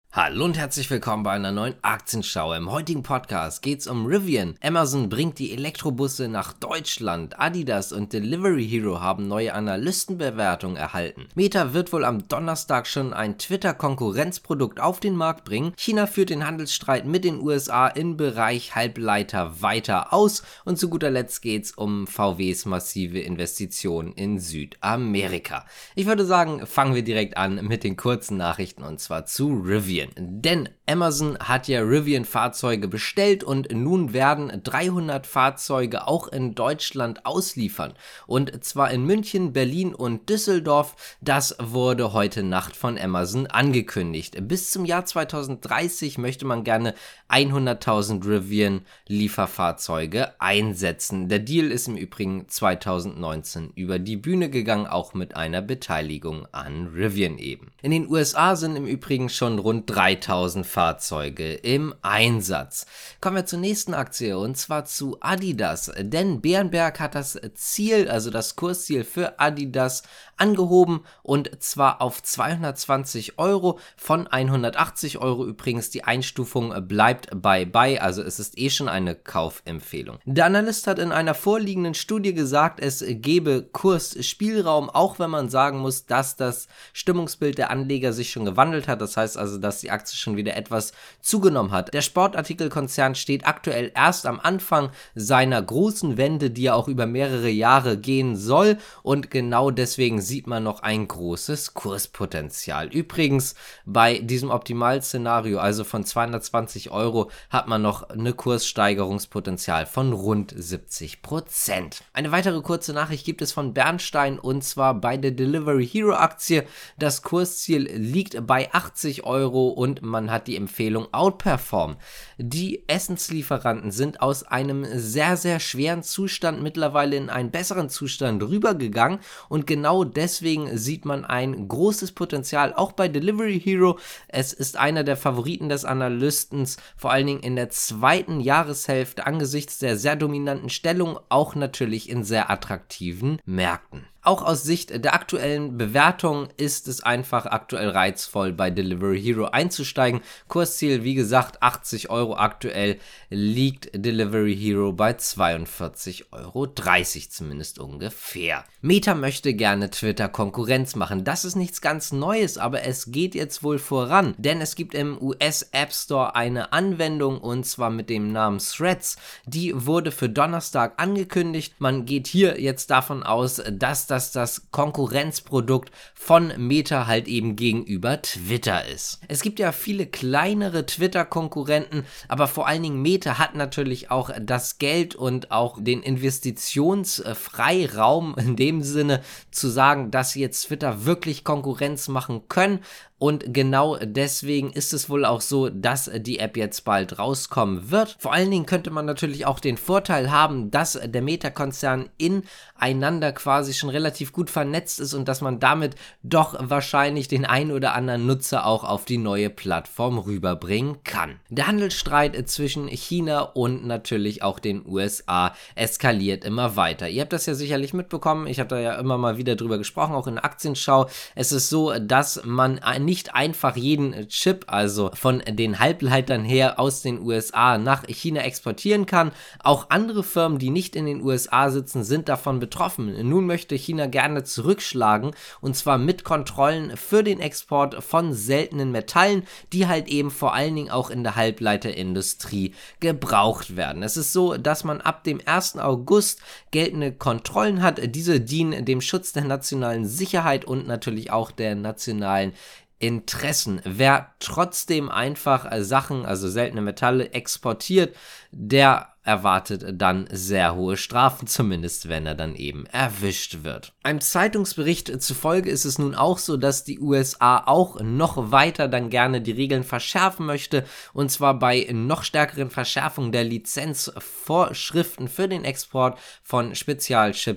Hallo und herzlich willkommen bei einer neuen Aktienschau. Im heutigen Podcast geht's um Rivian. Amazon bringt die Elektrobusse nach Deutschland. Adidas und Delivery Hero haben neue Analystenbewertungen erhalten. Meta wird wohl am Donnerstag schon ein Twitter-Konkurrenzprodukt auf den Markt bringen. China führt den Handelsstreit mit den USA im Bereich Halbleiter weiter aus. Und zu guter Letzt geht's um VWs massive Investitionen in Südamerika. Ich würde sagen, fangen wir direkt an mit den kurzen Nachrichten und zwar zu Rivian. Denn Amazon hat ja Rivian-Fahrzeuge bestellt und nun werden 300 Fahrzeuge auch in Deutschland ausliefern. Und zwar in München, Berlin und Düsseldorf. Das wurde heute Nacht von Amazon angekündigt. Bis zum Jahr 2030 möchte man gerne 100.000 Rivian-Lieferfahrzeuge einsetzen. Der Deal ist im Übrigen 2019 über die Bühne gegangen, auch mit einer Beteiligung an Rivian eben. In den USA sind im Übrigen schon rund 3000 Fahrzeuge im Einsatz. Kommen wir zur nächsten Aktie und zwar zu Adidas, denn Bärenberg hat das Ziel, also das Kursziel für Adidas angehoben und zwar auf 220 Euro von 180 Euro übrigens. Die Einstufung bleibt bei, also es ist schon eine Kaufempfehlung. Der Analyst hat in einer vorliegenden Studie gesagt, es gebe Kursspielraum, auch wenn man sagen muss, dass das Stimmungsbild der Anleger sich schon gewandelt hat. Das heißt also, dass die Aktie schon wieder etwas zugenommen hat. Der Sportartikelkonzern steht aktuell erst am Anfang seiner großen Wende, die ja auch über mehrere Jahre gehen soll, und genau deswegen sieht man noch ein großes Kurspotenzial. Übrigens, bei diesem Optimalszenario, also von 220 Euro, hat man noch eine Kurssteigerungspotenzial von rund 70%. Eine weitere kurze Nachricht gibt es von Bernstein und zwar bei der Delivery Hero Aktie. Das Kursziel liegt bei 80 Euro und man hat die Empfehlung Outperform. Die Essenslieferanten sind aus einem sehr, sehr schweren Zustand mittlerweile in einen besseren Zustand rübergegangen und genau deswegen sieht man ein großes Potenzial auch bei Delivery Hero. Es ist einer der Favoriten des Analysten, vor allen Dingen in der zweiten Jahreshälfte angesichts der sehr dominanten Stellung, auch natürlich in sehr attraktiven Märkten. Auch aus Sicht der aktuellen Bewertung ist es einfach aktuell reizvoll, bei Delivery Hero einzusteigen. Kursziel, wie gesagt, 80 Euro aktuell, liegt Delivery Hero bei 42,30 Euro zumindest ungefähr. Meta möchte gerne Twitter Konkurrenz machen. Das ist nichts ganz Neues, aber es geht jetzt wohl voran, denn es gibt im US App Store eine Anwendung und zwar mit dem Namen Threads. Die wurde für Donnerstag angekündigt. Man geht hier jetzt davon aus, dass das Konkurrenzprodukt von Meta halt eben gegenüber Twitter ist. Es gibt ja viele kleinere Twitter-Konkurrenten, aber vor allen Dingen Meta hat natürlich auch das Geld und auch den Investitionsfreiraum in dem Sinne zu sagen, dass sie jetzt Twitter wirklich Konkurrenz machen können. Und genau deswegen ist es wohl auch so, dass die App jetzt bald rauskommen wird. Vor allen Dingen könnte man natürlich auch den Vorteil haben, dass der Meta-Konzern ineinander quasi schon relativ gut vernetzt ist und dass man damit doch wahrscheinlich den ein oder anderen Nutzer auch auf die neue Plattform rüberbringen kann. Der Handelsstreit zwischen China und natürlich auch den USA eskaliert immer weiter. Ihr habt das ja sicherlich mitbekommen, ich habe da ja immer mal wieder drüber gesprochen, auch in der Aktienschau. Es ist so, dass man nicht einfach jeden Chip, also von den Halbleitern her aus den USA nach China exportieren kann. Auch andere Firmen, die nicht in den USA sitzen, sind davon betroffen. Nun möchte China gerne zurückschlagen und zwar mit Kontrollen für den Export von seltenen Metallen, die halt eben vor allen Dingen auch in der Halbleiterindustrie gebraucht werden. Es ist so, dass man ab dem 1. August geltende Kontrollen hat. Diese dienen dem Schutz der nationalen Sicherheit und natürlich auch der nationalen Interessen. Wer trotzdem einfach Sachen, also seltene Metalle, exportiert, der erwartet dann sehr hohe Strafen, zumindest wenn er dann eben erwischt wird. Einem Zeitungsbericht zufolge ist es nun auch so, dass die USA auch noch weiter dann gerne die Regeln verschärfen möchte, und zwar bei noch stärkeren Verschärfungen der Lizenzvorschriften für den Export von Spezialchips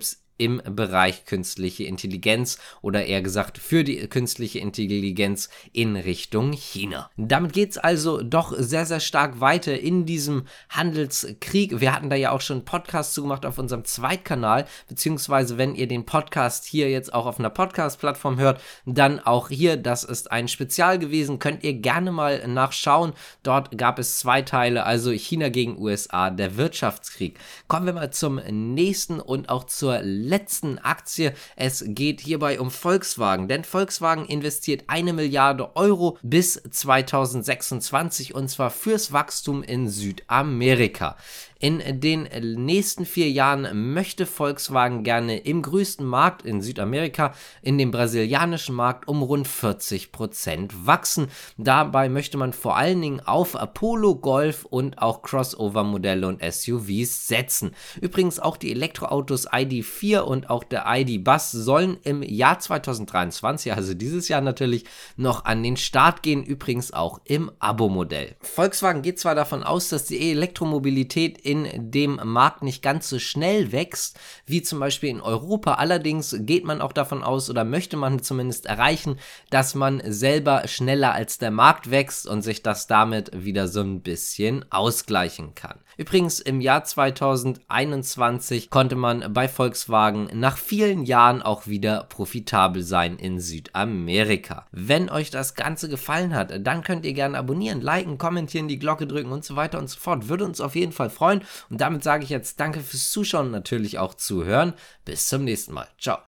im Bereich künstliche Intelligenz oder eher gesagt für die künstliche Intelligenz in Richtung China. Damit geht es also doch sehr, sehr stark weiter in diesem Handelskrieg. Wir hatten da ja auch schon einen Podcast zugemacht auf unserem Zweitkanal, beziehungsweise wenn ihr den Podcast hier jetzt auch auf einer Podcast-Plattform hört, dann auch hier, das ist ein Spezial gewesen, könnt ihr gerne mal nachschauen. Dort gab es 2 Teile, also China gegen USA, der Wirtschaftskrieg. Kommen wir mal zum nächsten und auch zur letzten Aktie. Es geht hierbei um Volkswagen, denn Volkswagen investiert 1 Milliarde Euro bis 2026 und zwar fürs Wachstum in Südamerika. In den nächsten 4 Jahren möchte Volkswagen gerne im größten Markt in Südamerika, in dem brasilianischen Markt, um rund 40% wachsen. Dabei möchte man vor allen Dingen auf Polo, Golf und auch Crossover-Modelle und SUVs setzen. Übrigens auch die Elektroautos ID.4 und auch der ID.Buzz sollen im Jahr 2023, also dieses Jahr natürlich, noch an den Start gehen, übrigens auch im Abo-Modell. Volkswagen geht zwar davon aus, dass die Elektromobilität in dem Markt nicht ganz so schnell wächst, wie zum Beispiel in Europa. Allerdings geht man auch davon aus oder möchte man zumindest erreichen, dass man selber schneller als der Markt wächst und sich das damit wieder so ein bisschen ausgleichen kann. Übrigens im Jahr 2021 konnte man bei Volkswagen nach vielen Jahren auch wieder profitabel sein in Südamerika. Wenn euch das Ganze gefallen hat, dann könnt ihr gerne abonnieren, liken, kommentieren, die Glocke drücken und so weiter und so fort. Würde uns auf jeden Fall freuen. Und damit sage ich jetzt danke fürs Zuschauen und natürlich auch Zuhören. Bis zum nächsten Mal. Ciao.